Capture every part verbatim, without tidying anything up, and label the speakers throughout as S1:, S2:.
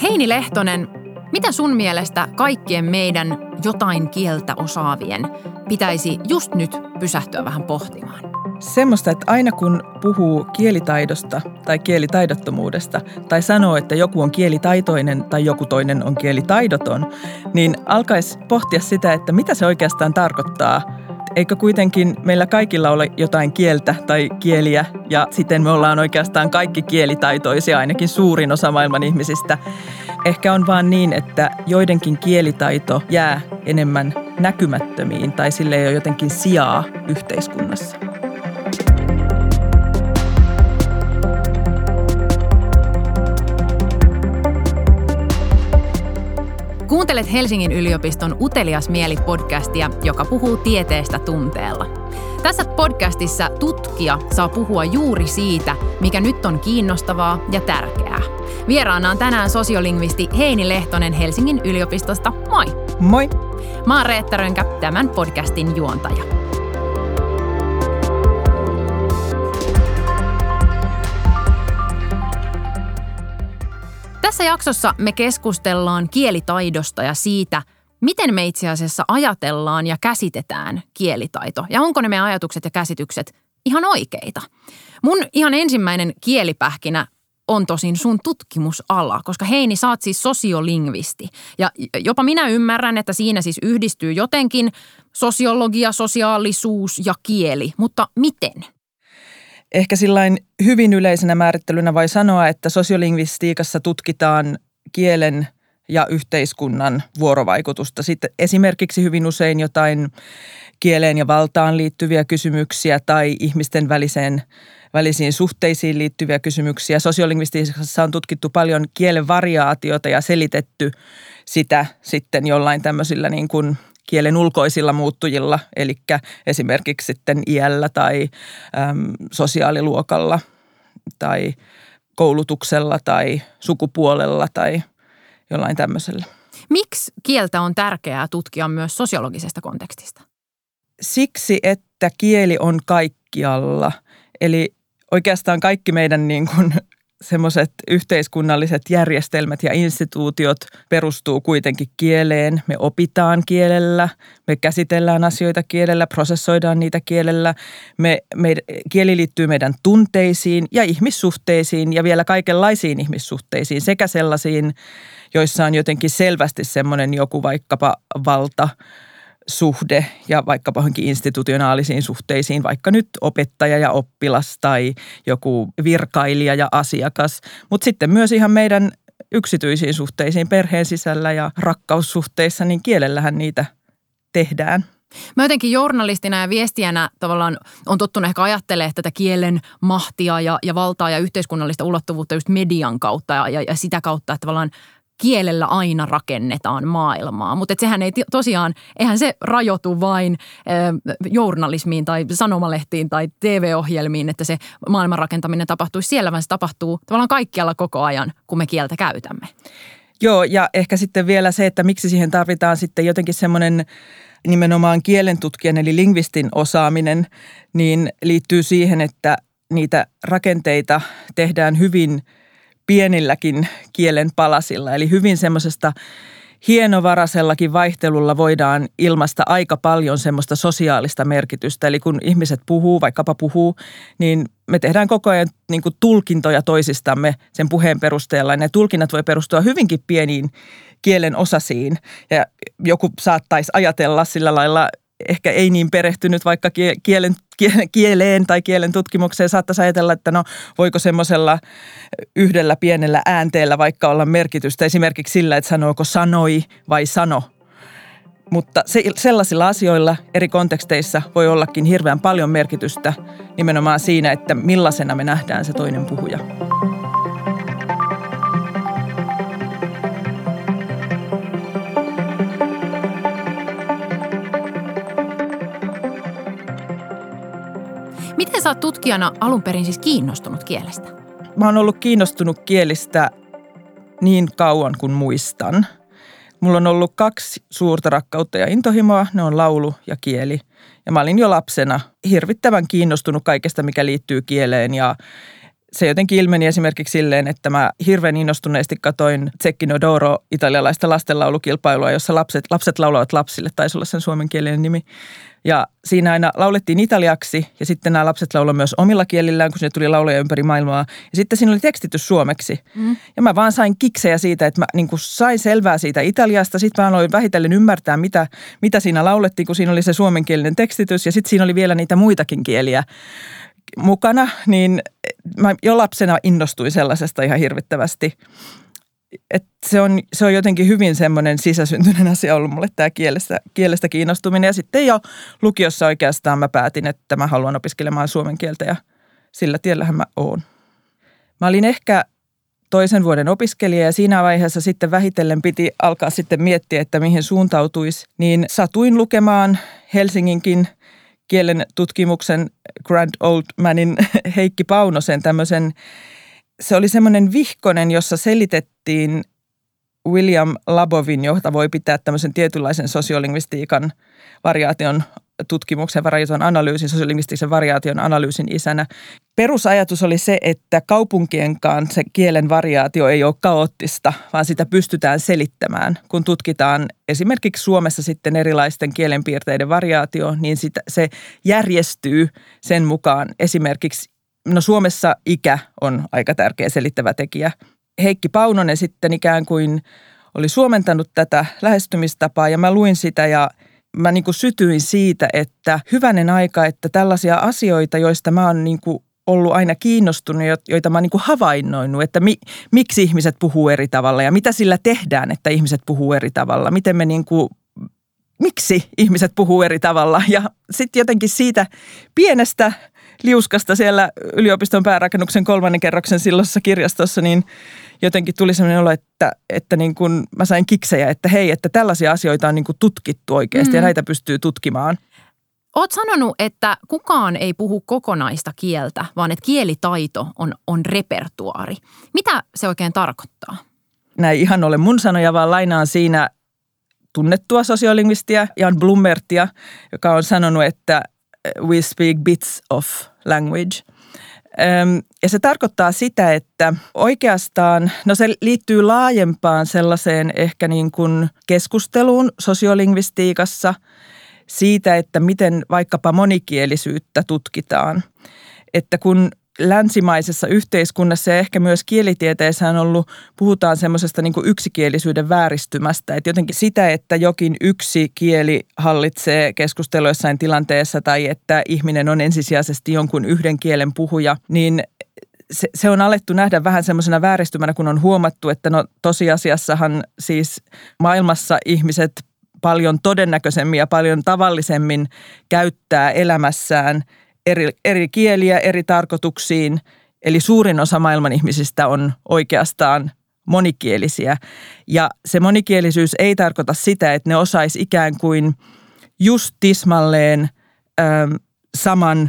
S1: Heini Lehtonen, mitä sun mielestä kaikkien meidän jotain kieltä osaavien pitäisi just nyt pysähtyä vähän pohtimaan?
S2: Semmoista, että aina kun puhuu kielitaidosta tai kielitaidottomuudesta tai sanoo, että joku on kielitaitoinen tai joku toinen on kielitaidoton, niin alkaisi pohtia sitä, että mitä se oikeastaan tarkoittaa. Eikö kuitenkin meillä kaikilla ole jotain kieltä tai kieliä ja siten me ollaan oikeastaan kaikki kielitaitoisia, ainakin suurin osa maailman ihmisistä. Ehkä on vaan niin, että joidenkin kielitaito jää enemmän näkymättömiin tai sille ei ole jotenkin sijaa yhteiskunnassa.
S1: Kuuntelet Helsingin yliopiston Utelias mieli-podcastia, joka puhuu tieteestä tunteella. Tässä podcastissa tutkija saa puhua juuri siitä, mikä nyt on kiinnostavaa ja tärkeää. Vieraana on tänään sosiolingvisti Heini Lehtonen Helsingin yliopistosta. Moi!
S2: Moi!
S1: Mä oon Reetta Rönkä, tämän podcastin juontaja. Tässä jaksossa me keskustellaan kielitaidosta ja siitä, miten me itse asiassa ajatellaan ja käsitetään kielitaito. Ja onko ne meidän ajatukset ja käsitykset ihan oikeita? Mun ihan ensimmäinen kielipähkinä on tosin sun tutkimusala, koska Heini, sä oot siis sosiolingvisti. Ja jopa minä ymmärrän, että siinä siis yhdistyy jotenkin sosiologia, sosiaalisuus ja kieli. Mutta miten?
S2: Ehkä sillain hyvin yleisenä määrittelynä voi sanoa, että sosiolingvistiikassa tutkitaan kielen ja yhteiskunnan vuorovaikutusta. Sitten esimerkiksi hyvin usein jotain kieleen ja valtaan liittyviä kysymyksiä tai ihmisten väliseen, välisiin suhteisiin liittyviä kysymyksiä. Sosiolingvistiikassa on tutkittu paljon kielen variaatiota ja selitetty sitä sitten jollain tämmöisillä niin kuin kielen ulkoisilla muuttujilla, eli esimerkiksi sitten iällä tai äm, sosiaaliluokalla tai koulutuksella tai sukupuolella tai jollain tämmöisellä.
S1: Miksi kieltä on tärkeää tutkia myös sosiologisesta kontekstista?
S2: Siksi, että kieli on kaikkialla. Eli oikeastaan kaikki meidän niin kuin semmoiset yhteiskunnalliset järjestelmät ja instituutiot perustuu kuitenkin kieleen. Me opitaan kielellä, me käsitellään asioita kielellä, prosessoidaan niitä kielellä. Me, me, kieli liittyy meidän tunteisiin ja ihmissuhteisiin ja vielä kaikenlaisiin ihmissuhteisiin sekä sellaisiin, joissa on jotenkin selvästi semmoinen joku vaikkapa valta, suhde ja vaikkapa johonkin institutionaalisiin suhteisiin, vaikka nyt opettaja ja oppilas tai joku virkailija ja asiakas, mutta sitten myös ihan meidän yksityisiin suhteisiin perheen sisällä ja rakkaussuhteissa, niin kielellähän niitä tehdään.
S1: Mä jotenkin journalistina ja viestijänä tavallaan on tottunut ehkä ajattelemaan tätä kielen mahtia ja, ja valtaa ja yhteiskunnallista ulottuvuutta just median kautta ja, ja, ja sitä kautta, että tavallaan kielellä aina rakennetaan maailmaa, mutta sehän ei tosiaan, eihän se rajoitu vain äh, journalismiin tai sanomalehtiin tai T V-ohjelmiin, että se maailman rakentaminen tapahtuisi siellä, vaan se tapahtuu tavallaan kaikkialla koko ajan, kun me kieltä käytämme.
S2: Joo, ja ehkä sitten vielä se, että miksi siihen tarvitaan sitten jotenkin semmoinen nimenomaan kielentutkijan eli lingvistin osaaminen, niin liittyy siihen, että niitä rakenteita tehdään hyvin pienilläkin kielen palasilla, eli hyvin semmoisesta hienovaraisellakin vaihtelulla voidaan ilmaista aika paljon semmoista sosiaalista merkitystä. Eli kun ihmiset puhuu, vaikkapa puhuu, niin me tehdään koko ajan niin kuin tulkintoja toisistamme sen puheen perusteella. Ja ne tulkinnat voi perustua hyvinkin pieniin kielen osasiin. Ja joku saattaisi ajatella sillä lailla, ehkä ei niin perehtynyt vaikka kielen, kieleen tai kielen tutkimukseen, saattaisi ajatella, että no voiko semmoisella yhdellä pienellä äänteellä vaikka olla merkitystä esimerkiksi sillä, että sanooko sanoi vai sano. Mutta se, sellaisilla asioilla eri konteksteissa voi ollakin hirveän paljon merkitystä nimenomaan siinä, että millaisena me nähdään se toinen puhuja.
S1: Miten sä oot tutkijana alun perin siis kiinnostunut kielestä?
S2: Mä oon ollut kiinnostunut kielistä niin kauan kuin muistan. Mulla on ollut kaksi suurta rakkautta ja intohimoa, ne on laulu ja kieli. Ja mä olin jo lapsena hirvittävän kiinnostunut kaikesta, mikä liittyy kieleen ja se jotenkin ilmeni esimerkiksi silleen, että mä hirveän innostuneesti katoin Cecchino d'Oro italialaista lastenlaulukilpailua, jossa lapset, lapset laulavat lapsille, taisi olla sen suomenkielinen nimi. Ja siinä aina laulettiin italiaksi ja sitten nämä lapset lauloivat myös omilla kielillään, kun sinne tuli lauluja ympäri maailmaa. Ja sitten siinä oli tekstitys suomeksi. Mm. Ja mä vaan sain kiksejä siitä, että mä niin kuin sain selvää siitä Italiasta. Sitten mä aloin vähitellen ymmärtää, mitä, mitä siinä laulettiin, kun siinä oli se suomenkielinen tekstitys. Ja sitten siinä oli vielä niitä muitakin kieliä mukana, niin mä jo lapsena innostuin sellaisesta ihan hirvittävästi. Et se, on, se on jotenkin hyvin semmoinen sisäsyntyinen asia ollut mulle tämä kielestä, kielestä kiinnostuminen. Ja sitten jo lukiossa oikeastaan mä päätin, että mä haluan opiskelemaan suomen kieltä ja sillä tiellähän mä oon. Mä olin ehkä toisen vuoden opiskelija ja siinä vaiheessa sitten vähitellen piti alkaa sitten miettiä, että mihin suuntautuisi. Niin satuin lukemaan Helsinginkin kielen tutkimuksen Grand Old Manin Heikki Paunosen tämmöisen. Se oli semmoinen vihkonen, jossa selitettiin William Labovin, jota voi pitää tämmöisen tietynlaisen sosiolingvistiikan variaation tutkimuksen, variaation analyysin, sosiolingvistisen variaation analyysin isänä. Perusajatus oli se, että kaupunkienkaan se kielen variaatio ei ole kaoottista, vaan sitä pystytään selittämään. Kun tutkitaan esimerkiksi Suomessa sitten erilaisten kielenpiirteiden variaatio, niin sitä, se järjestyy sen mukaan esimerkiksi. No Suomessa ikä on aika tärkeä selittävä tekijä. Heikki Paunonen sitten ikään kuin oli suomentanut tätä lähestymistapaa ja mä luin sitä ja mä niin kuin sytyin siitä, että hyvänen aika, että tällaisia asioita, joista mä oon niin kuin ollut aina kiinnostunut, joita mä oon niin kuin havainnoinut, että mi, miksi ihmiset puhuu eri tavalla ja mitä sillä tehdään, että ihmiset puhuu eri tavalla. Miten me niin kuin, miksi ihmiset puhuu eri tavalla ja sitten jotenkin siitä pienestä liuskasta siellä yliopiston päärakennuksen kolmannen kerroksen silloisessa kirjastossa, niin jotenkin tuli sellainen olo, että, että niin kuin mä sain kiksejä, että hei, että tällaisia asioita on niin kuin tutkittu oikeasti mm. ja näitä pystyy tutkimaan.
S1: Oot sanonut, että kukaan ei puhu kokonaista kieltä, vaan että kielitaito on, on repertuaari. Mitä se oikein tarkoittaa?
S2: Näin ihan ole mun sanoja, vaan lainaan siinä tunnettua sosiolingvistia Jan Blummertia, joka on sanonut, että we speak bits of language. Ja se tarkoittaa sitä, että oikeastaan, no se liittyy laajempaan sellaiseen ehkä niin kuin keskusteluun sosiolingvistiikassa siitä, että miten vaikkapa monikielisyyttä tutkitaan. Että kun länsimaisessa yhteiskunnassa ja ehkä myös kielitieteessä on ollut, puhutaan semmoisesta niin kuin yksikielisyyden vääristymästä. Että jotenkin sitä, että jokin yksi kieli hallitsee keskustelua jossain tilanteessa tai että ihminen on ensisijaisesti jonkun yhden kielen puhuja, niin se, se on alettu nähdä vähän semmoisena vääristymänä, kun on huomattu, että no tosiasiassahan siis maailmassa ihmiset paljon todennäköisemmin ja paljon tavallisemmin käyttää elämässään Eri, eri kieliä eri tarkoituksiin, eli suurin osa maailman ihmisistä on oikeastaan monikielisiä. Ja se monikielisyys ei tarkoita sitä, että ne osaisi ikään kuin just tismalleen ö, saman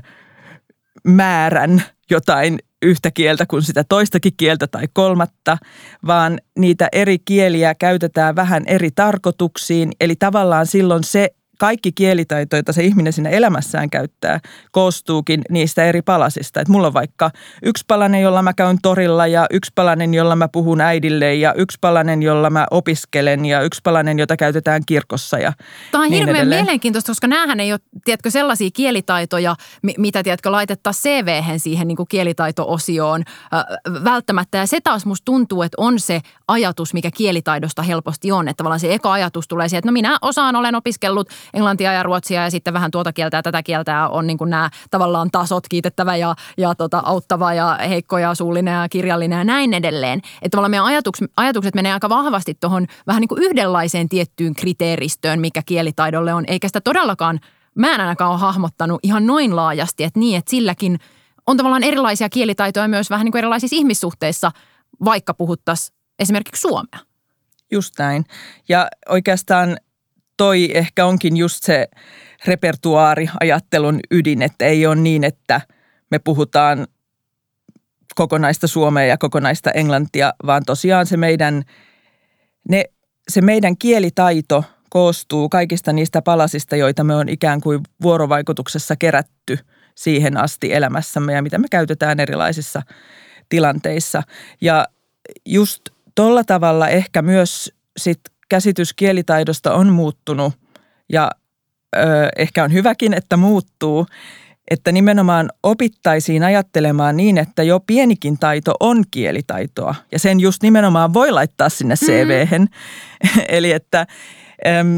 S2: määrän jotain yhtä kieltä kuin sitä toistakin kieltä tai kolmatta, vaan niitä eri kieliä käytetään vähän eri tarkoituksiin, eli tavallaan silloin se kaikki kielitaito, joita se ihminen siinä elämässään käyttää, koostuukin niistä eri palasista. Et mulla on vaikka yksi palanen, jolla mä käyn torilla ja yksi palanen, jolla mä puhun äidille ja yksi palanen, jolla mä opiskelen ja yksi palanen, jota käytetään kirkossa ja
S1: Tämä on
S2: niin
S1: hirveän
S2: edelleen.
S1: Mielenkiintoista, koska näähän ei ole, tiedätkö, sellaisia kielitaitoja, mitä, tiedätkö, laitettaisiin C V:hen siihen niin kuin kielitaito-osioon äh, välttämättä. Ja se taas musta tuntuu, että on se ajatus, mikä kielitaidosta helposti on. Että tavallaan se eka ajatus tulee siihen, että no minä osaan, olen opiskellut englantia ja ruotsia ja sitten vähän tuota kieltä ja tätä kieltä on niin kuin nämä tavallaan tasot, kiitettävä ja, ja tota, auttava ja heikko ja suullinen ja kirjallinen ja näin edelleen. Että tavallaan meidän ajatuks, ajatukset menee aika vahvasti tuohon vähän niin kuin yhdenlaiseen tiettyyn kriteeristöön, mikä kielitaidolle on. Eikä sitä todellakaan, mä en ainakaan ole hahmottanut ihan noin laajasti, että niin, että silläkin on tavallaan erilaisia kielitaitoja myös vähän niin kuin erilaisissa ihmissuhteissa, vaikka puhuttaisiin esimerkiksi suomea.
S2: Just näin. Ja oikeastaan toi ehkä onkin just se repertuaariajattelun ydin, että ei ole niin, että me puhutaan kokonaista suomea ja kokonaista englantia, vaan tosiaan se meidän, ne, se meidän kielitaito koostuu kaikista niistä palasista, joita me on ikään kuin vuorovaikutuksessa kerätty siihen asti elämässämme ja mitä me käytetään erilaisissa tilanteissa. Ja just tolla tavalla ehkä myös sit käsitys kielitaidosta on muuttunut ja ö, ehkä on hyväkin, että muuttuu, että nimenomaan opittaisiin ajattelemaan niin, että jo pienikin taito on kielitaitoa ja sen just nimenomaan voi laittaa sinne C V:hen. Mm. Eli että äm,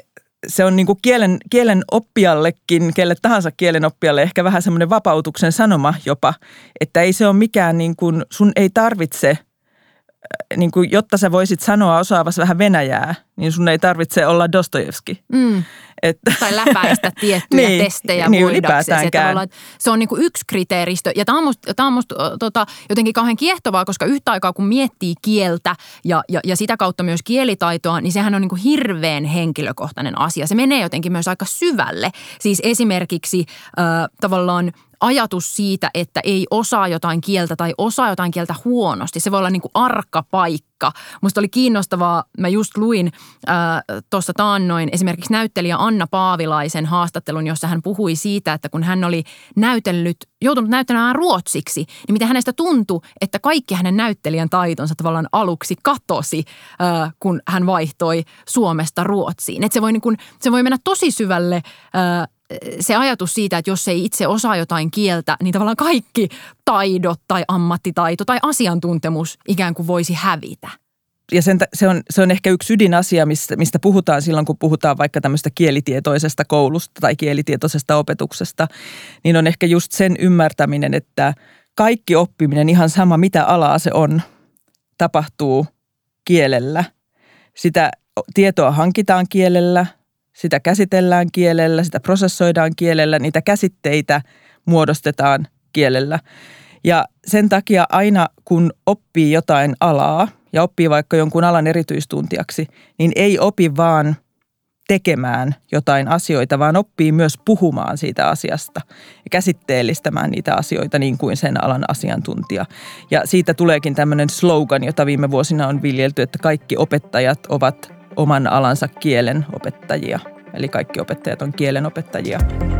S2: se on niin kuin kielen, kielen oppijallekin, kelle tahansa kielen oppijalle ehkä vähän semmoinen vapautuksen sanoma jopa, että ei se ole mikään niin kuin, sun ei tarvitse, niin kuin, jotta sä voisit sanoa osaavasi vähän venäjää, niin sun ei tarvitse olla Dostojevski.
S1: Mm. Että tai läpäistä tiettyjä
S2: niin,
S1: testejä
S2: niin
S1: voidaksesi. Se on niin kuin yksi kriteeristö. Ja tämä on musta, tämä on musta tota, jotenkin kauhean kiehtovaa, koska yhtä aikaa kun miettii kieltä ja, ja, ja sitä kautta myös kielitaitoa, niin sehän on niin kuin hirveän henkilökohtainen asia. Se menee jotenkin myös aika syvälle. Siis esimerkiksi äh, tavallaan ajatus siitä, että ei osaa jotain kieltä tai osaa jotain kieltä huonosti. Se voi olla niin kuin arka paikka. Musta oli kiinnostavaa, mä just luin äh, tuossa taannoin esimerkiksi näyttelijä Anna Paavilaisen haastattelun, jossa hän puhui siitä, että kun hän oli näytellyt, joutunut näyttelemään ruotsiksi, niin miten hänestä tuntui, että kaikki hänen näyttelijän taitonsa tavallaan aluksi katosi, äh, kun hän vaihtoi Suomesta Ruotsiin. Että se voi, niin kuin, se voi mennä tosi syvälle äh, se ajatus siitä, että jos ei itse osaa jotain kieltä, niin tavallaan kaikki taidot tai ammattitaito tai asiantuntemus ikään kuin voisi hävitä.
S2: Ja sen, se, on, se on ehkä yksi ydinasia, mistä, mistä puhutaan silloin, kun puhutaan vaikka tämmöistä kielitietoisesta koulusta tai kielitietoisesta opetuksesta, niin on ehkä just sen ymmärtäminen, että kaikki oppiminen, ihan sama mitä alaa se on, tapahtuu kielellä. Sitä tietoa hankitaan kielellä. Sitä käsitellään kielellä, sitä prosessoidaan kielellä, niitä käsitteitä muodostetaan kielellä. Ja sen takia aina kun oppii jotain alaa ja oppii vaikka jonkun alan erityistuntijaksi, niin ei opi vaan tekemään jotain asioita, vaan oppii myös puhumaan siitä asiasta ja käsitteellistämään niitä asioita niin kuin sen alan asiantuntija. Ja siitä tuleekin tämmöinen slogan, jota viime vuosina on viljelty, että kaikki opettajat ovat oman alansa kielen opettajia. Eli kaikki opettajat on kielen opettajia.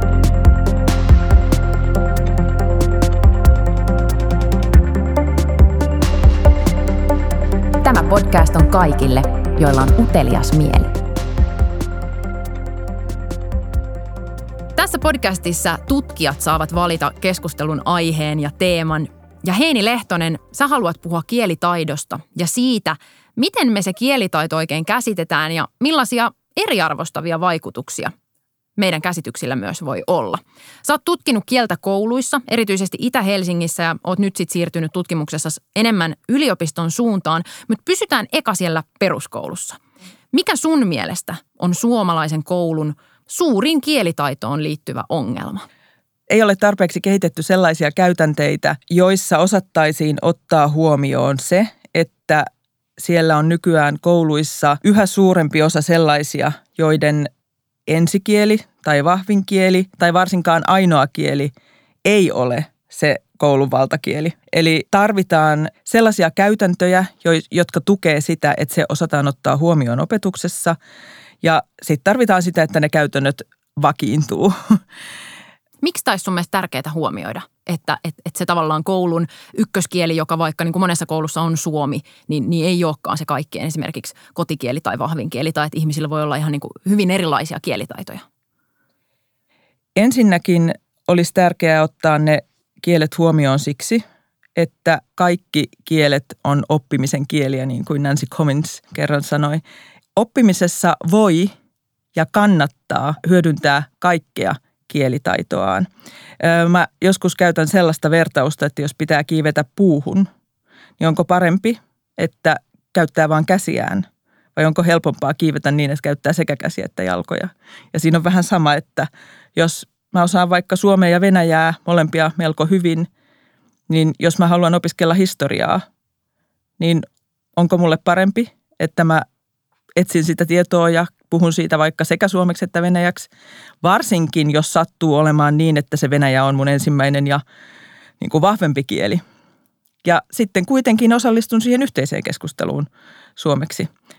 S3: Tämä podcast on kaikille, joilla on utelias mieli.
S1: Tässä podcastissa tutkijat saavat valita keskustelun aiheen ja teeman. Ja Heini Lehtonen, sä haluat puhua kielitaidosta ja siitä, miten me se kielitaito oikein käsitetään ja millaisia eriarvostavia vaikutuksia meidän käsityksillä myös voi olla. Sä oot tutkinut kieltä kouluissa, erityisesti Itä-Helsingissä ja oot nyt sit siirtynyt tutkimuksessa enemmän yliopiston suuntaan, mutta pysytään eka siellä peruskoulussa. Mikä sun mielestä on suomalaisen koulun suurin kielitaitoon liittyvä ongelma?
S2: Ei ole tarpeeksi kehitetty sellaisia käytänteitä, joissa osattaisiin ottaa huomioon se, että siellä on nykyään kouluissa yhä suurempi osa sellaisia, joiden ensikieli tai vahvin kieli tai varsinkaan ainoa kieli ei ole se koulun valtakieli. Eli tarvitaan sellaisia käytäntöjä, jotka tukee sitä, että se osataan ottaa huomioon opetuksessa ja sitten tarvitaan sitä, että ne käytännöt vakiintuu.
S1: Miksi taisi sun mielestä tärkeää huomioida, että, että, että se tavallaan koulun ykköskieli, joka vaikka niin kuin monessa koulussa on suomi, niin, niin ei olekaan se kaikkien esimerkiksi kotikieli tai vahvin kieli, tai että ihmisillä voi olla ihan niin kuin hyvin erilaisia kielitaitoja?
S2: Ensinnäkin olisi tärkeää ottaa ne kielet huomioon siksi, että kaikki kielet on oppimisen kieliä, niin kuin Nancy Cummins kerran sanoi. Oppimisessa voi ja kannattaa hyödyntää kaikkea kielitaitoaan. Mä joskus käytän sellaista vertausta, että jos pitää kiivetä puuhun, niin onko parempi, että käyttää vain käsiään vai onko helpompaa kiivetä niin, että käyttää sekä käsiä että jalkoja. Ja siinä on vähän sama, että jos mä osaan vaikka suomea ja venäjää molempia melko hyvin, niin jos mä haluan opiskella historiaa, niin onko mulle parempi, että mä etsin sitä tietoa ja puhun siitä vaikka sekä suomeksi että venäjäksi, varsinkin jos sattuu olemaan niin, että se venäjä on mun ensimmäinen ja niin kuin vahvempi kieli. Ja sitten kuitenkin osallistun siihen yhteiseen keskusteluun suomeksi.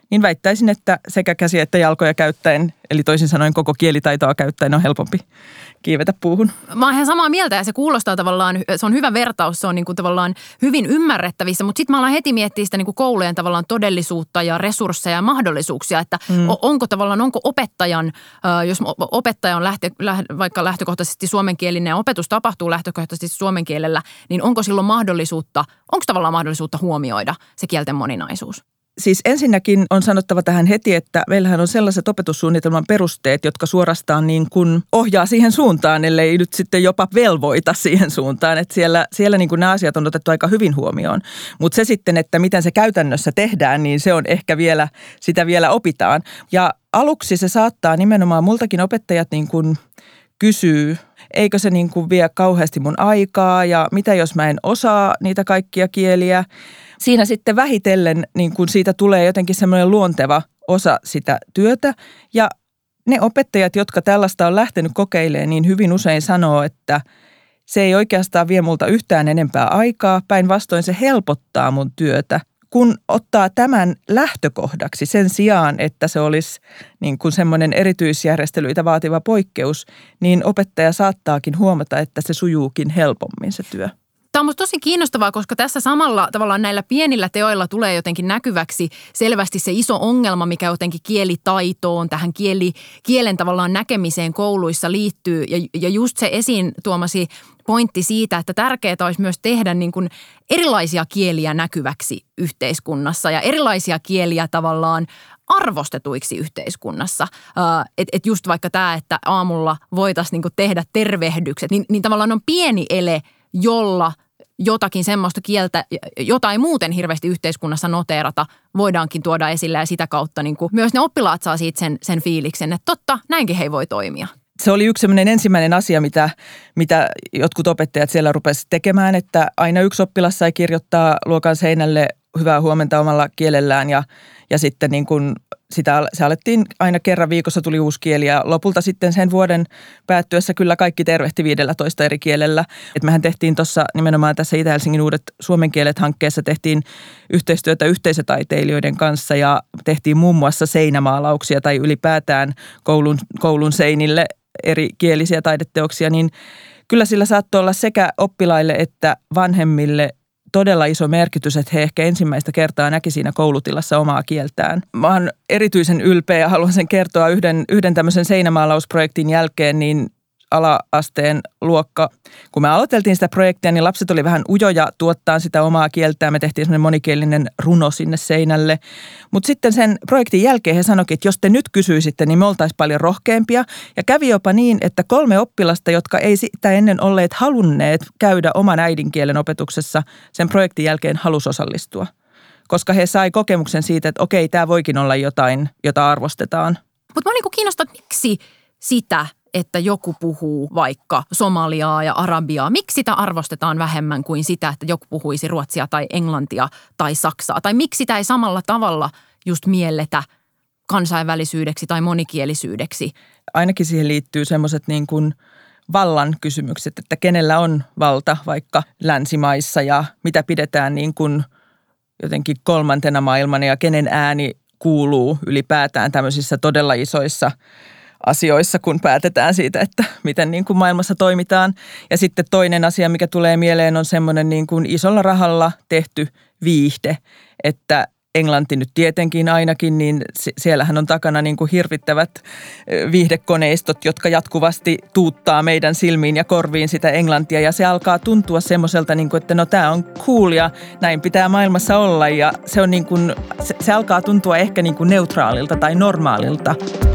S2: niin väittäisin, että sekä käsiä että jalkoja käyttäen, eli toisin sanoen koko kielitaitoa käyttäen on helpompi kiivetä puuhun.
S1: Mä oon ihan samaa mieltä ja se kuulostaa tavallaan, se on hyvä vertaus, se on niin kuin tavallaan hyvin ymmärrettävissä, mutta sitten mä alan heti miettiä sitä niin kuin koulujen tavallaan todellisuutta ja resursseja ja mahdollisuuksia, että mm. onko tavallaan, onko opettajan, jos opettaja on lähtö, vaikka lähtökohtaisesti suomenkielinen ja opetus tapahtuu lähtökohtaisesti suomen kielellä, niin onko silloin mahdollisuutta, onko tavallaan mahdollisuutta huomioida se kielten moninaisuus?
S2: Siis ensinnäkin on sanottava tähän heti, että meillähän on sellaiset opetussuunnitelman perusteet, jotka suorastaan niin kuin ohjaa siihen suuntaan, ellei nyt sitten jopa velvoita siihen suuntaan. Että siellä, siellä niin kuin nämä asiat on otettu aika hyvin huomioon. Mutta se sitten, että miten se käytännössä tehdään, niin se on ehkä vielä, sitä vielä opitaan. Ja aluksi se saattaa nimenomaan multakin opettajat niin kuin kysyy, eikö se niin kuin vie kauheasti mun aikaa ja mitä jos mä en osaa niitä kaikkia kieliä. Siinä sitten vähitellen niin kun siitä tulee jotenkin semmoinen luonteva osa sitä työtä ja ne opettajat, jotka tällaista on lähtenyt kokeilemaan, niin hyvin usein sanoo, että se ei oikeastaan vie multa yhtään enempää aikaa, päinvastoin se helpottaa mun työtä. Kun ottaa tämän lähtökohdaksi sen sijaan, että se olisi niin kuin semmoinen erityisjärjestelyitä vaativa poikkeus, niin opettaja saattaakin huomata, että se sujuukin helpommin se työ.
S1: Tämä on musta tosi kiinnostavaa, koska tässä samalla tavallaan näillä pienillä teoilla tulee jotenkin näkyväksi selvästi se iso ongelma, mikä jotenkin kielitaitoon, tähän kieli, kielen tavallaan näkemiseen kouluissa liittyy. Ja, ja just se esiin tuomasi pointti siitä, että tärkeää olisi myös tehdä niin kuin erilaisia kieliä näkyväksi yhteiskunnassa ja erilaisia kieliä tavallaan arvostetuiksi yhteiskunnassa. Että et just vaikka tämä, että aamulla voitaisiin niin kuin tehdä tervehdykset, niin, niin tavallaan on pieni ele, jolla jotakin semmoista kieltä, jota ei muuten hirveästi yhteiskunnassa noteerata, voidaankin tuoda esille ja sitä kautta niin kuin myös ne oppilaat saa siitä sen, sen fiiliksen, että totta, näinkin he voi toimia.
S2: Se oli yksi sellainen ensimmäinen asia, mitä, mitä jotkut opettajat siellä rupesivat tekemään, että aina yksi oppilas sai kirjoittaa luokan seinälle hyvää huomenta omalla kielellään ja, ja sitten niin kuin sitä, se alettiin aina kerran viikossa tuli uusi kieli ja lopulta sitten sen vuoden päättyessä kyllä kaikki tervehti viidellätoista eri kielellä. Et mehän tehtiin tuossa nimenomaan tässä Itä-Helsingin uudet suomen kielet -hankkeessa tehtiin yhteistyötä yhteisötaiteilijoiden kanssa ja tehtiin muun muassa seinämaalauksia tai ylipäätään koulun, koulun seinille eri kielisiä taideteoksia, niin kyllä sillä saattoi olla sekä oppilaille että vanhemmille todella iso merkitys, että he ehkä ensimmäistä kertaa näki siinä koulutilassa omaa kieltään. Mä oon erityisen ylpeä ja haluan sen kertoa yhden, yhden tämmöisen seinämaalausprojektin jälkeen, niin ala-asteen luokka. Kun me aloiteltiin sitä projektia, niin lapset oli vähän ujoja tuottaa sitä omaa kieltään. Me tehtiin semmoinen monikielinen runo sinne seinälle. Mutta sitten sen projektin jälkeen he sanoivat, että jos te nyt kysyisitte, niin me oltaisiin paljon rohkeampia. Ja kävi jopa niin, että kolme oppilasta, jotka ei sitä ennen olleet halunneet käydä oman äidinkielen opetuksessa, sen projektin jälkeen halusi osallistua. Koska he sai kokemuksen siitä, että okei, tämä voikin olla jotain, jota arvostetaan.
S1: Mutta mä niin kiinnostaa, että miksi sitä, että joku puhuu vaikka somaliaa ja arabiaa. Miksi sitä arvostetaan vähemmän kuin sitä, että joku puhuisi ruotsia tai englantia tai saksaa? Tai miksi sitä ei samalla tavalla just mielletä kansainvälisyydeksi tai monikielisyydeksi?
S2: Ainakin siihen liittyy semmoiset niin kuin vallan kysymykset, että kenellä on valta vaikka länsimaissa ja mitä pidetään niin kuin jotenkin kolmantena maailmana ja kenen ääni kuuluu ylipäätään tämmöisissä todella isoissa asioissa, kun päätetään siitä, että miten niin kuin maailmassa toimitaan. Ja sitten toinen asia, mikä tulee mieleen, on semmoinen niin kuin isolla rahalla tehty viihde, että englanti nyt tietenkin ainakin, niin siellähän on takana niin kuin hirvittävät viihdekoneistot, jotka jatkuvasti tuuttaa meidän silmiin ja korviin sitä englantia. Ja se alkaa tuntua semmoiselta, niin kuin, että no tämä on cool ja näin pitää maailmassa olla. Ja se, on niin kuin, se, se alkaa tuntua ehkä niin kuin neutraalilta tai normaalilta.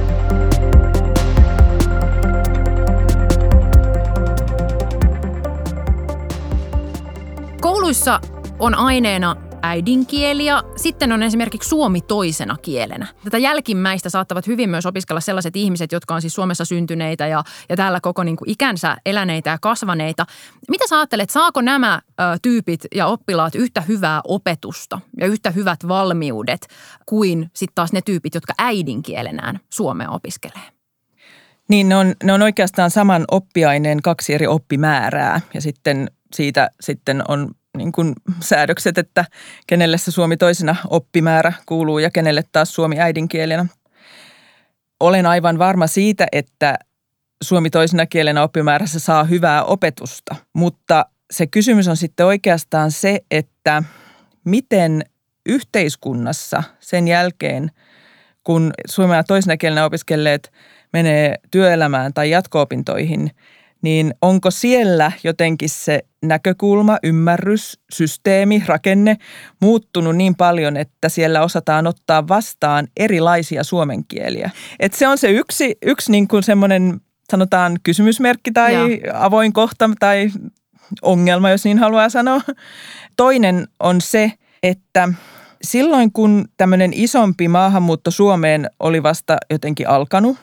S1: Kouluissa on aineena äidinkieli ja sitten on esimerkiksi suomi toisena kielenä. Tätä jälkimmäistä saattavat hyvin myös opiskella sellaiset ihmiset, jotka on siis Suomessa syntyneitä ja, ja täällä koko niin kuin ikänsä eläneitä ja kasvaneita. Mitä sä ajattelet, saako nämä ö, tyypit ja oppilaat yhtä hyvää opetusta ja yhtä hyvät valmiudet kuin sitten taas ne tyypit, jotka äidinkielenään suomea opiskelee?
S2: Niin, ne on, ne on oikeastaan saman oppiaineen kaksi eri oppimäärää ja sitten siitä sitten on niin kuin säädökset, että kenelle se suomi toisena oppimäärä kuuluu ja kenelle taas suomi äidinkielenä. Olen aivan varma siitä, että suomi toisena kielenä oppimäärässä saa hyvää opetusta, mutta se kysymys on sitten oikeastaan se, että miten yhteiskunnassa sen jälkeen, kun suomea toisena kielenä opiskelleet menee työelämään tai jatko-opintoihin, niin onko siellä jotenkin se näkökulma, ymmärrys, systeemi, rakenne muuttunut niin paljon, että siellä osataan ottaa vastaan erilaisia suomen kieliä. Et se on se yksi, yksi niin kuin semmoinen, sanotaan kysymysmerkki tai ja. avoin kohta tai ongelma, jos niin haluaa sanoa. Toinen on se, että silloin kun tämmöinen isompi maahanmuutto Suomeen oli vasta jotenkin alkanut,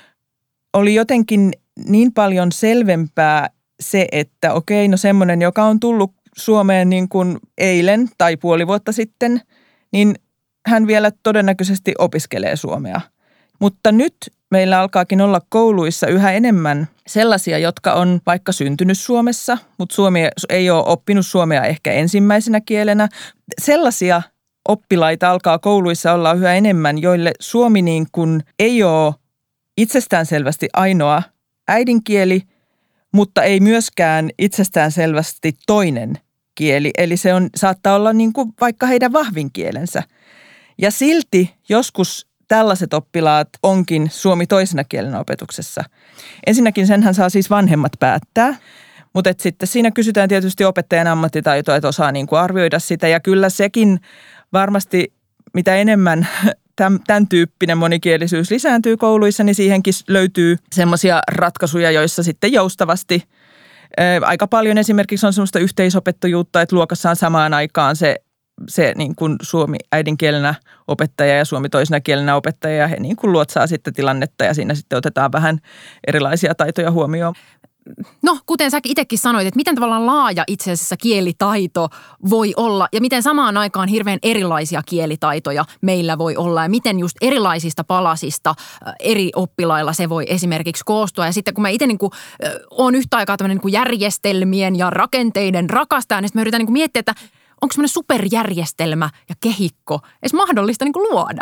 S2: oli jotenkin niin paljon selvempää se, että okei, no semmoinen, joka on tullut Suomeen niin kuin eilen tai puoli vuotta sitten, niin hän vielä todennäköisesti opiskelee suomea. Mutta nyt meillä alkaakin olla kouluissa yhä enemmän sellaisia, jotka on vaikka syntynyt Suomessa, mutta suomi ei ole oppinut suomea ehkä ensimmäisenä kielenä. Sellaisia oppilaita alkaa kouluissa olla yhä enemmän, joille suomi niin kuin ei ole itsestäänselvästi ainoa äidinkieli, mutta ei myöskään itsestäänselvästi toinen kieli. Eli se on, saattaa olla niin kuin vaikka heidän vahvin kielensä. Ja silti joskus tällaiset oppilaat onkin suomi toisena kielenä opetuksessa. Ensinnäkin senhän saa siis vanhemmat päättää, mutta et sitten siinä kysytään tietysti opettajan ammattitaitoa, että osaa niin kuin arvioida sitä. Ja kyllä sekin varmasti mitä enemmän tämän, tämän tyyppinen monikielisyys lisääntyy kouluissa, niin siihenkin löytyy semmoisia ratkaisuja, joissa sitten joustavasti ää, aika paljon esimerkiksi on semmoista yhteisopettajuutta, että luokassa on samaan aikaan se, se niin kuin suomi äidinkielenä opettaja ja suomi toisena kielenä opettaja ja he niin kuin luotsaa sitten tilannetta ja siinä sitten otetaan vähän erilaisia taitoja huomioon.
S1: No, kuten sä itsekin sanoit, että miten tavallaan laaja itse asiassa kielitaito voi olla ja miten samaan aikaan hirveän erilaisia kielitaitoja meillä voi olla ja miten just erilaisista palasista eri oppilailla se voi esimerkiksi koostua. Ja sitten kun mä itse niin kuin olen yhtä aikaa tämmöinen niin kuin järjestelmien ja rakenteiden rakastaja, niin sitten mä yritän niin kuin miettiä, että onko semmoinen superjärjestelmä ja kehikko edes mahdollista niin kuin luoda?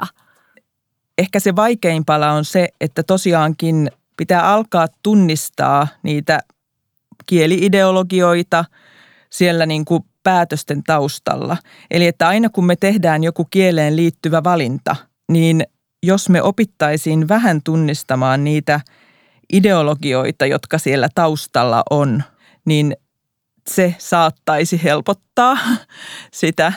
S2: Ehkä se vaikein pala on se, että tosiaankin pitää alkaa tunnistaa niitä kieli-ideologioita siellä niin kuin päätösten taustalla. Eli että aina kun me tehdään joku kieleen liittyvä valinta, niin jos me opittaisiin vähän tunnistamaan niitä ideologioita, jotka siellä taustalla on, niin se saattaisi helpottaa sitä.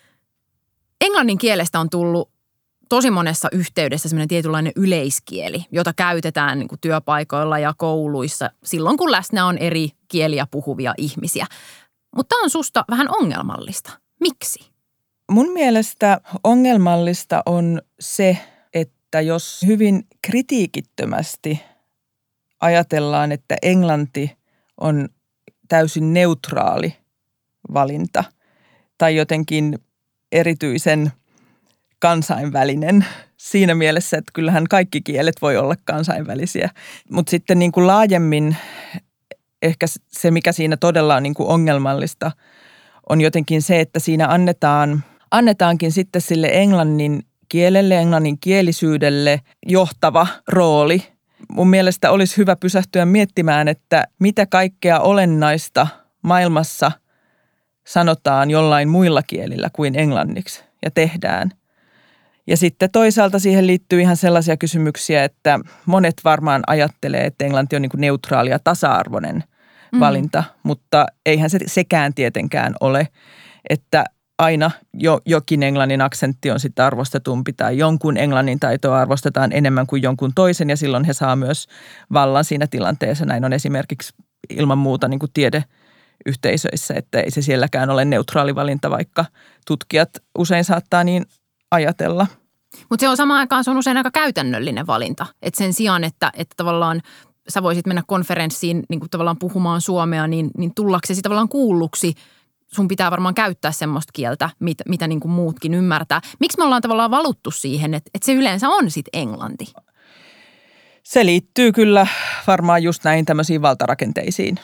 S1: Englannin kielestä on tullut tosi monessa yhteydessä semmoinen tietynlainen yleiskieli, jota käytetään niin kuin työpaikoilla ja kouluissa silloin, kun läsnä on eri kieliä puhuvia ihmisiä. Mutta tämä on susta vähän ongelmallista. Miksi?
S2: Mun mielestä ongelmallista on se, että jos hyvin kritiikittömästi ajatellaan, että englanti on täysin neutraali valinta tai jotenkin erityisen kansainvälinen siinä mielessä, että kyllähän kaikki kielet voi olla kansainvälisiä. Mutta sitten niin kuin laajemmin ehkä se, mikä siinä todella on niin kuin ongelmallista, on jotenkin se, että siinä annetaan, annetaankin sitten sille englannin kielelle, englannin kielisyydelle johtava rooli. Mun mielestä olisi hyvä pysähtyä miettimään, että mitä kaikkea olennaista maailmassa sanotaan jollain muilla kielillä kuin englanniksi ja tehdään. Ja sitten toisaalta siihen liittyy ihan sellaisia kysymyksiä, että monet varmaan ajattelee, että englanti on niin kuin neutraali ja tasa-arvoinen valinta, mm. mutta eihän se sekään tietenkään ole, että aina jo, jokin englannin aksentti on sitten arvostetumpi tai jonkun englannin taitoa arvostetaan enemmän kuin jonkun toisen ja silloin he saa myös vallan siinä tilanteessa. Näin on esimerkiksi ilman muuta niin kuin tiedeyhteisöissä, että ei se sielläkään ole neutraali valinta, vaikka tutkijat usein saattaa niin ajatella.
S1: Mutta se on samaan aikaan, se on usein aika käytännöllinen valinta. Että sen sijaan, että, että tavallaan sä voisit mennä konferenssiin niin kuin tavallaan puhumaan suomea, niin, niin tullaksesi tavallaan kuulluksi sun pitää varmaan käyttää semmoista kieltä, mit, mitä niin kuin muutkin ymmärtää. Miksi me ollaan tavallaan valuttu siihen, että, että se yleensä on sitten englanti?
S2: Se liittyy kyllä varmaan just näihin tämmöisiin valtarakenteisiin.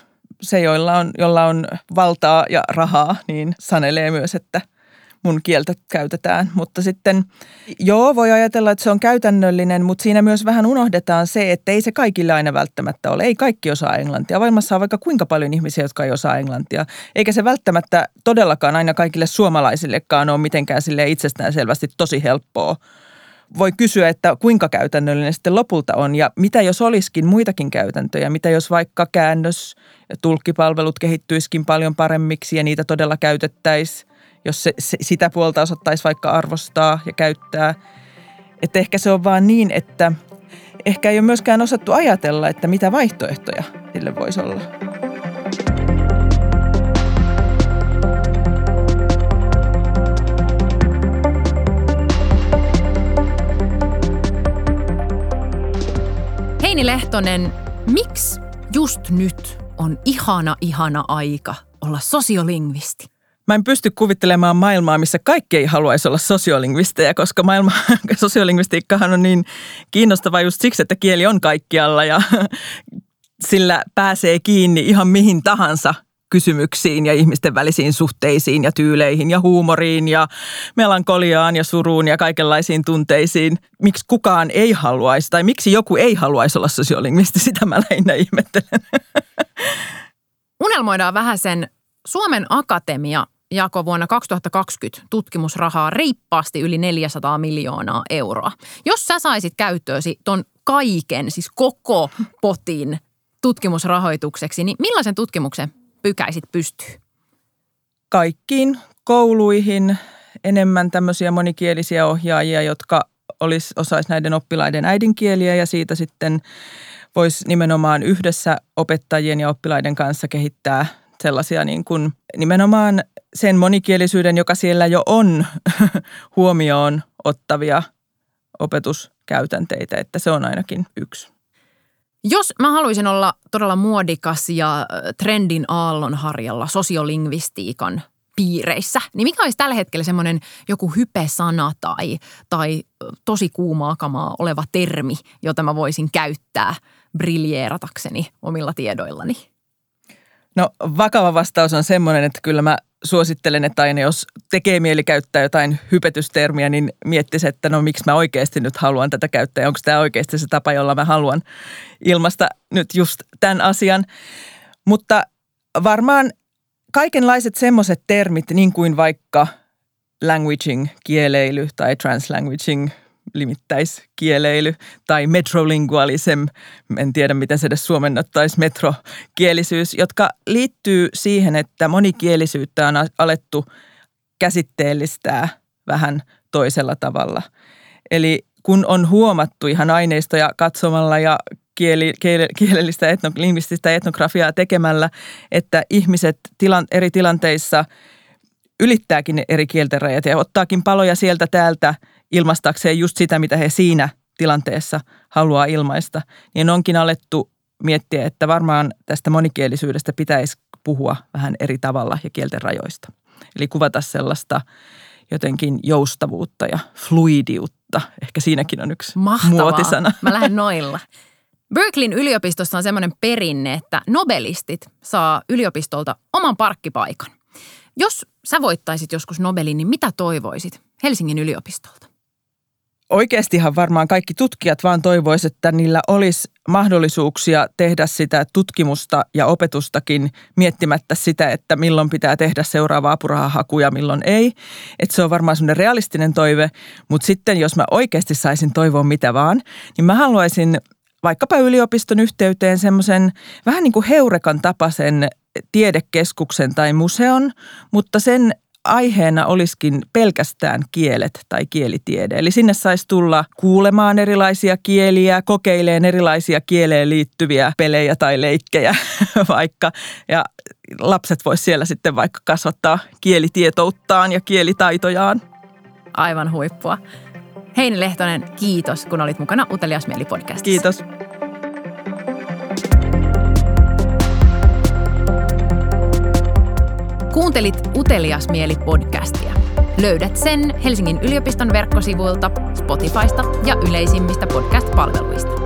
S2: se, joilla on, jolla on valtaa ja rahaa, niin sanelee myös, että mun kieltä käytetään. Mutta sitten joo, voi ajatella, että se on käytännöllinen, mutta siinä myös vähän unohdetaan se, että ei se kaikille aina välttämättä ole. Ei kaikki osaa englantia. Maailmassa on vaikka kuinka paljon ihmisiä, jotka ei osaa englantia. Eikä se välttämättä todellakaan aina kaikille suomalaisillekaan ole mitenkään silleen itsestäänselvästi tosi helppoa. Voi kysyä, että kuinka käytännöllinen sitten lopulta on ja mitä jos olisikin muitakin käytäntöjä. Mitä jos vaikka käännös- ja tulkkipalvelut kehittyisikin paljon paremmiksi ja niitä todella käytettäisiin. Jos se, se, sitä puolta osattaisi vaikka arvostaa ja käyttää. Että ehkä se on vaan niin, että ehkä ei ole myöskään osattu ajatella, että mitä vaihtoehtoja sille voisi olla.
S1: Heini Lehtonen, miksi just nyt on ihana, ihana aika olla sosiolingvisti?
S2: Mä en pysty kuvittelemaan maailmaa, missä kaikki ei haluaisi olla sosiolingvistejä, koska maailma, sosiolingvistiikkahan on niin kiinnostava just siksi, että kieli on kaikkialla ja sillä pääsee kiinni ihan mihin tahansa kysymyksiin ja ihmisten välisiin suhteisiin ja tyyleihin ja huumoriin ja melankoliaan ja suruun ja kaikenlaisiin tunteisiin. Miksi kukaan ei haluaisi tai miksi joku ei haluaisi olla sosiolingvisti, sitä mä lähinnä ihmettelen.
S1: Unelmoidaan vähän sen. Suomen Akatemia jakoi vuonna kaksituhattakaksikymmentä tutkimusrahaa reippaasti yli neljäsataa miljoonaa euroa. Jos sä saisit käyttöösi ton kaiken, siis koko potin tutkimusrahoitukseksi, niin millaisen tutkimuksen pykäisit pystyyn?
S2: Kaikkiin kouluihin enemmän tämmöisiä monikielisiä ohjaajia, jotka olis, osais näiden oppilaiden äidinkieliä ja siitä sitten voisi nimenomaan yhdessä opettajien ja oppilaiden kanssa kehittää sellaisia niin kuin nimenomaan sen monikielisyyden, joka siellä jo on, huomioon ottavia opetuskäytänteitä, että se on ainakin yksi.
S1: Jos mä haluaisin olla todella muodikas ja trendin aallonharjalla sosiolingvistiikan piireissä, niin mikä olisi tällä hetkellä semmoinen joku hype-sana tai, tai tosi kuumaa kamaa oleva termi, jota mä voisin käyttää briljeeratakseni omilla tiedoillani?
S2: No vakava vastaus on semmoinen, että kyllä mä suosittelen, että aina jos tekee mieli käyttää jotain hypetystermiä, niin miettisi, että no miksi mä oikeasti nyt haluan tätä käyttää. Onko tämä oikeasti se tapa, jolla mä haluan ilmaista nyt just tämän asian. Mutta varmaan kaikenlaiset semmoiset termit, niin kuin vaikka languaging, kieleily tai translanguaging, limittäiskieleily tai metrolingualism, en tiedä miten se edes suomennettaisi, metrokielisyys, jotka liittyy siihen, että monikielisyyttä on alettu käsitteellistää vähän toisella tavalla. Eli kun on huomattu ihan aineistoja katsomalla ja kieli, kiele, kielellistä, etno, lingvististä etnografiaa tekemällä, että ihmiset tilan, eri tilanteissa ylittääkin eri kielten rajat ja ottaakin paloja sieltä täältä ilmaistakseen just sitä, mitä he siinä tilanteessa haluaa ilmaista, niin onkin alettu miettiä, että varmaan tästä monikielisyydestä pitäisi puhua vähän eri tavalla ja kielten rajoista. Eli kuvata sellaista jotenkin joustavuutta ja fluidiutta. Ehkä siinäkin on yksi
S1: Mahtavaa.
S2: Muotisana.
S1: Mä lähden noilla. Berkeleyn yliopistossa on semmoinen perinne, että nobelistit saa yliopistolta oman parkkipaikan. Jos sä voittaisit joskus Nobelin, niin mitä toivoisit Helsingin yliopistolta?
S2: Oikeastihan varmaan kaikki tutkijat vaan toivoisivat, että niillä olisi mahdollisuuksia tehdä sitä tutkimusta ja opetustakin miettimättä sitä, että milloin pitää tehdä seuraava apurahahaku ja milloin ei. Että se on varmaan semmoinen realistinen toive, mutta sitten jos mä oikeasti saisin toivoa mitä vaan, niin mä haluaisin vaikkapa yliopiston yhteyteen semmoisen vähän niin kuin Heurekan tapaisen tiedekeskuksen tai museon, mutta sen aiheena olisikin pelkästään kielet tai kielitiede. Eli sinne saisi tulla kuulemaan erilaisia kieliä, kokeilemaan erilaisia kieleen liittyviä pelejä tai leikkejä vaikka. Ja lapset vois siellä sitten vaikka kasvattaa kielitietouttaan ja kielitaitojaan.
S1: Aivan huippua. Heini Lehtonen, kiitos kun olit mukana Utelias Mieli -podcastissa.
S2: Kiitos.
S1: Kuuntelit Utelias Mieli -podcastia. Löydät sen Helsingin yliopiston verkkosivuilta, Spotifysta ja yleisimmistä podcast-palveluista.